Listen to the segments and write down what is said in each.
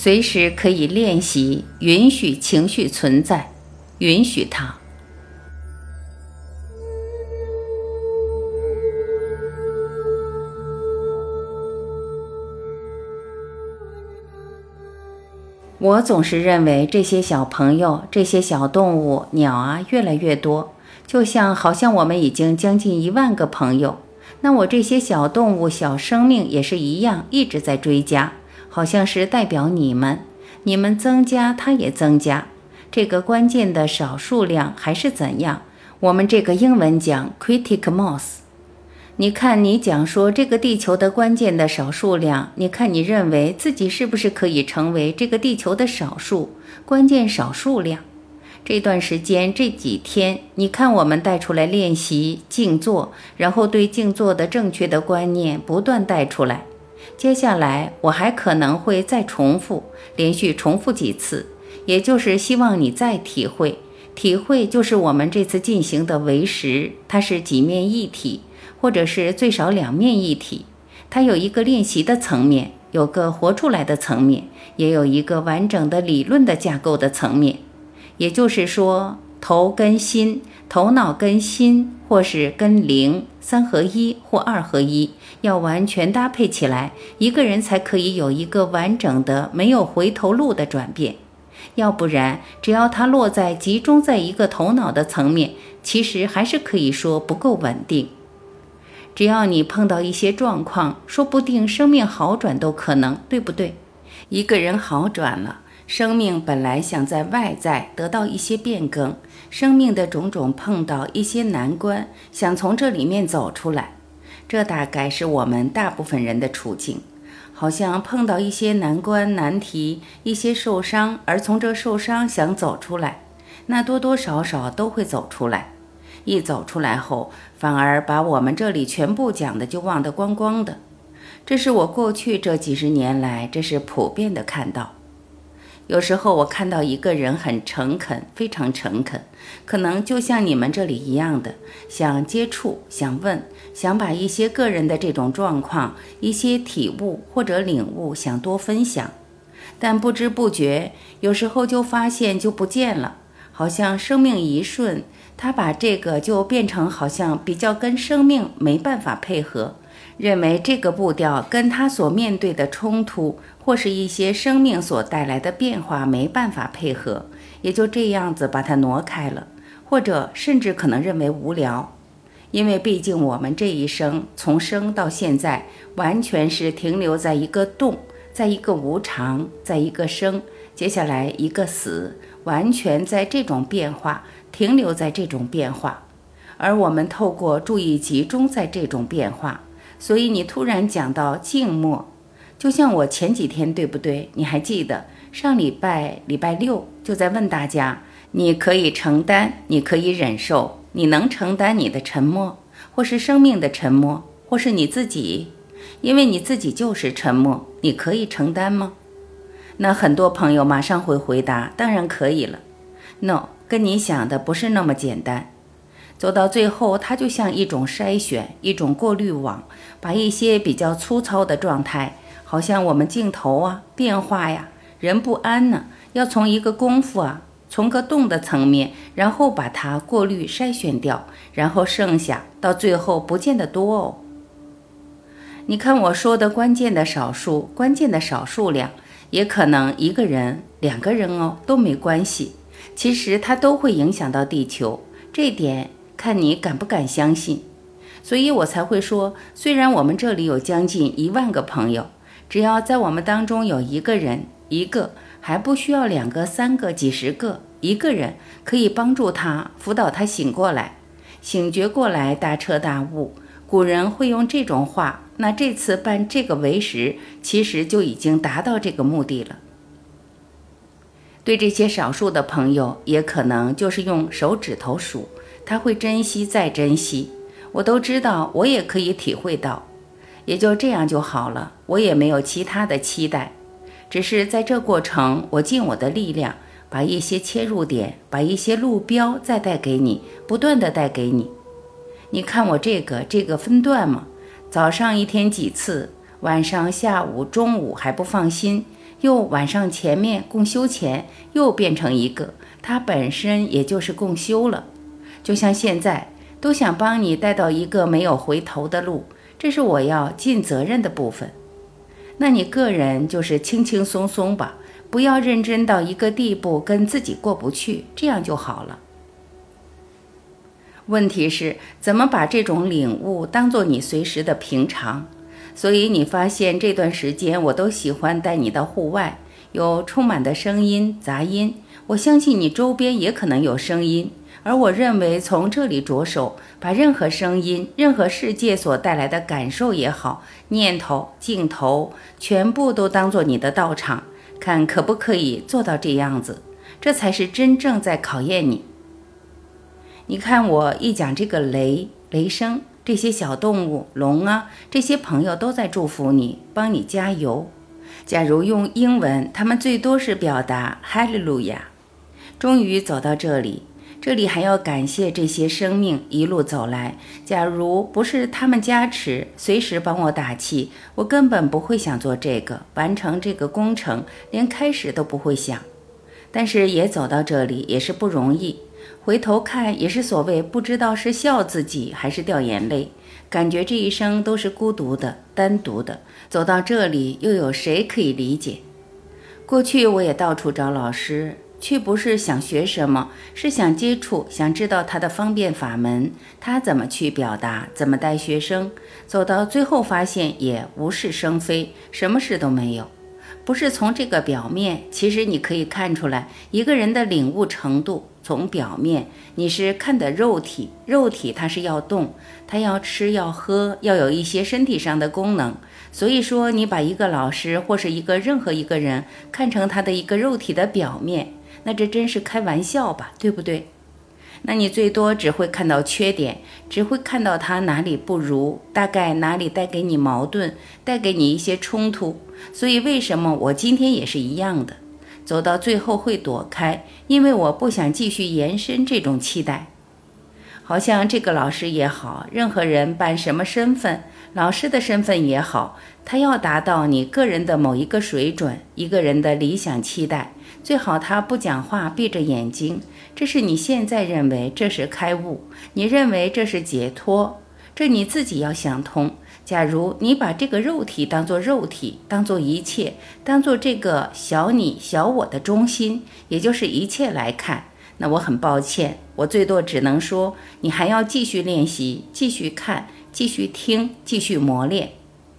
随时可以练习，允许情绪存在，允许它。我总是认为这些小朋友，这些小动物，鸟啊，越来越多，好像我们已经将近1万个朋友。那我这些小动物、小生命也是一样，一直在追加，好像是代表你们增加，它也增加。这个关键的少数量还是怎样？我们这个英文讲 critical mass。你看，你讲说这个地球的关键的少数量，你看你认为自己是不是可以成为这个地球的少数，关键少数量？这段时间这几天，你看我们带出来练习静坐，然后对静坐的正确的观念不断带出来。接下来我还可能会再重复，连续重复几次，也就是希望你再体会就是我们这次进行的唯识，它是几面一体，或者是最少2面一体，它有一个练习的层面，有个活出来的层面，也有一个完整的理论的架构的层面。也就是说，头跟心，头脑跟心，或是跟灵3合1或2合1，要完全搭配起来，一个人才可以有一个完整的没有回头路的转变。要不然，只要它集中在一个头脑的层面，其实还是可以说不够稳定。只要你碰到一些状况，说不定生命好转都可能，对不对？一个人好转了，生命本来想在外在得到一些变更，生命的种种碰到一些难关，想从这里面走出来，这大概是我们大部分人的处境。好像碰到一些难关难题，一些受伤，而从这受伤想走出来，那多多少少都会走出来。一走出来后，反而把我们这里全部讲的就忘得光光的。这是我过去这几十年来，这是普遍的看到。有时候我看到一个人很诚恳，非常诚恳，可能就像你们这里一样的，想接触，想问，想把一些个人的这种状况，一些体悟或者领悟想多分享，但不知不觉，有时候就发现就不见了，好像生命一瞬，他把这个就变成好像比较跟生命没办法配合，认为这个步调跟他所面对的冲突或是一些生命所带来的变化没办法配合，也就这样子把它挪开了，或者甚至可能认为无聊。因为毕竟我们这一生从生到现在完全是停留在一个动，在一个无常，在一个生，接下来一个死，完全在这种变化，停留在这种变化，而我们透过注意集中在这种变化。所以你突然讲到静默，就像我前几天，对不对？你还记得上礼拜6就在问大家，你可以承担，你可以忍受，你能承担你的沉默，或是生命的沉默，或是你自己，因为你自己就是沉默，你可以承担吗？那很多朋友马上会回答，当然可以了。 No， 跟你想的不是那么简单。走到最后，它就像一种筛选，一种过滤网，把一些比较粗糙的状态，好像我们镜头啊，变化呀，人不安呢，要从一个功夫啊，从个动的层面，然后把它过滤筛选掉，然后剩下到最后不见得多哦。你看我说的关键的少数，关键的少数量，也可能1个人、2个人哦，都没关系。其实它都会影响到地球，这点看你敢不敢相信。所以我才会说，虽然我们这里有将近1万个朋友，只要在我们当中有1个人，1个还不需要2个、3个、几十个，1个人可以帮助他，辅导他醒过来，醒觉过来，大彻大悟。古人会用这种话，那这次办这个唯识，其实就已经达到这个目的了。对这些少数的朋友，也可能就是用手指头数，他会珍惜再珍惜，我都知道，我也可以体会到，也就这样就好了，我也没有其他的期待，只是在这过程，我尽我的力量，把一些切入点，把一些路标再带给你，不断的带给你。你看我这个分段嘛，早上一天几次，晚上、下午、中午还不放心， 又晚上前面共修前又变成一个，它本身也就是共修了。就像现在都想帮你带到一个没有回头的路，这是我要尽责任的部分。那你个人就是轻轻松松吧，不要认真到一个地步跟自己过不去，这样就好了。问题是怎么把这种领悟当作你随时的平常。所以你发现这段时间我都喜欢带你到户外，有充满的声音杂音，我相信你周边也可能有声音，而我认为从这里着手，把任何声音任何世界所带来的感受也好，念头镜头全部都当作你的道场，看可不可以做到这样子，这才是真正在考验你。你看我一讲这个雷声，这些小动物龙啊，这些朋友都在祝福你，帮你加油。假如用英文，他们最多是表达哈利路亚。终于走到这里还要感谢这些生命一路走来，假如不是他们加持，随时帮我打气，我根本不会想做这个，完成这个工程，连开始都不会想。但是也走到这里也是不容易，回头看也是所谓不知道是笑自己还是掉眼泪，感觉这一生都是孤独的单独的，走到这里又有谁可以理解。过去我也到处找老师，却不是想学什么，是想接触，想知道他的方便法门，他怎么去表达，怎么带学生，走到最后发现也无事生非，什么事都没有。不是从这个表面，其实你可以看出来一个人的领悟程度。从表面你是看的肉体它是要动，它要吃要喝，要有一些身体上的功能。所以说你把一个老师或是任何一个人看成他的一个肉体的表面，那这真是开玩笑吧，对不对？那你最多只会看到缺点，只会看到他哪里不如，大概哪里带给你矛盾，带给你一些冲突。所以为什么我今天也是一样的，走到最后会躲开，因为我不想继续延伸这种期待。好像这个老师也好，任何人办什么身份，老师的身份也好，他要达到你个人的某一个水准，一个人的理想期待，最好他不讲话，闭着眼睛，这是你现在认为这是开悟，你认为这是解脱，这你自己要想通。假如你把这个肉体当作肉体，当作一切，当作这个小你小我的中心，也就是一切来看，那我很抱歉，我最多只能说你还要继续练习，继续看，继续听，继续磨练。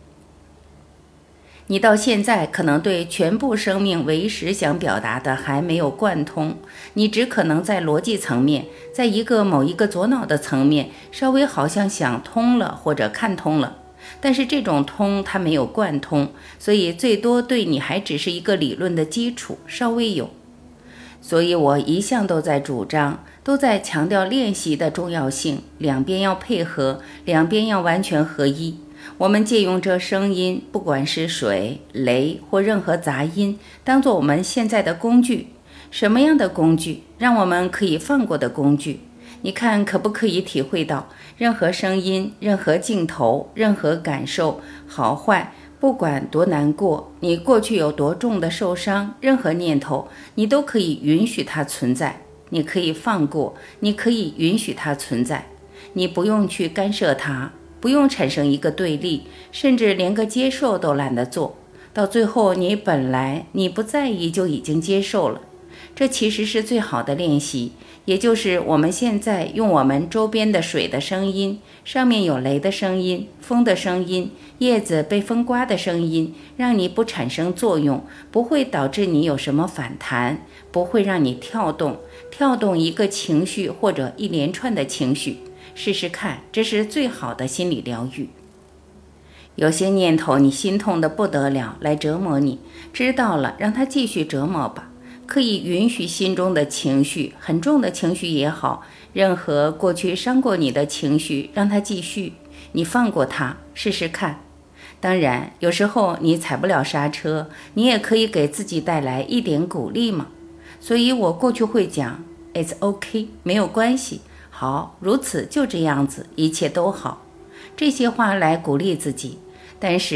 你到现在可能对全部生命唯识想表达的还没有贯通，你只可能在逻辑层面，在某一个左脑的层面稍微好像想通了或者看通了，但是这种通它没有贯通，所以最多对你还只是一个理论的基础，稍微有。所以我一向都在主张，都在强调练习的重要性，两边要配合，两边要完全合一。我们借用这声音，不管是水、雷或任何杂音，当作我们现在的工具。什么样的工具？让我们可以放过的工具。你看可不可以体会到，任何声音、任何镜头、任何感受，好坏，不管多难过，你过去有多重的受伤，任何念头，你都可以允许它存在，你可以放过，你可以允许它存在，你不用去干涉它，不用产生一个对立，甚至连个接受都懒得做，到最后你本来你不在意就已经接受了。这其实是最好的练习，也就是我们现在用我们周边的水的声音，上面有雷的声音，风的声音，叶子被风刮的声音，让你不产生作用，不会导致你有什么反弹，不会让你跳动一个情绪或者一连串的情绪。试试看，这是最好的心理疗愈。有些念头你心痛得不得了，来折磨你，知道了，让它继续折磨吧。可以允许心中的情绪，很重的情绪也好，任何过去伤过你的情绪，让它继续，你放过它，试试看。当然，有时候你踩不了刹车，你也可以给自己带来一点鼓励嘛。所以我过去会讲 It's okay， 没有关系，好，如此就这样子，一切都好，这些话来鼓励自己。但是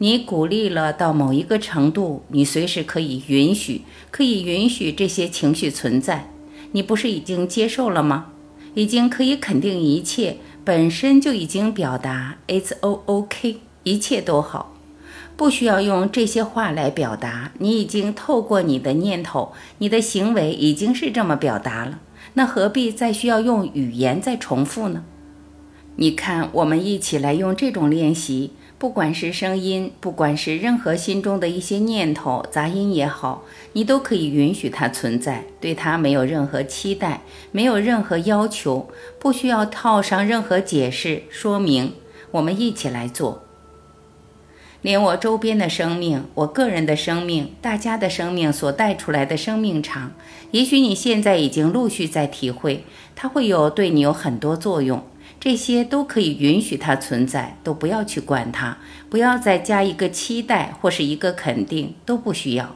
你鼓励了到某一个程度，你随时可以允许这些情绪存在。你不是已经接受了吗？已经可以肯定一切，本身就已经表达 It's OK， 一切都好。不需要用这些话来表达，你已经透过你的念头，你的行为已经是这么表达了，那何必再需要用语言再重复呢？你看，我们一起来用这种练习，不管是声音，不管是任何心中的一些念头、杂音也好，你都可以允许它存在，对它没有任何期待，没有任何要求，不需要套上任何解释说明。我们一起来做。连我周边的生命，我个人的生命，大家的生命所带出来的生命场，也许你现在已经陆续在体会，它会对你有很多作用，这些都可以允许它存在，都不要去管它，不要再加一个期待或是一个肯定，都不需要。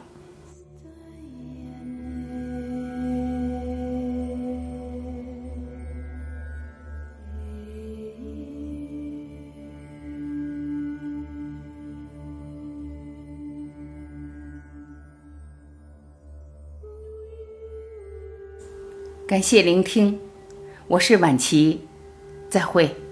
感谢聆听，我是婉琪，再会。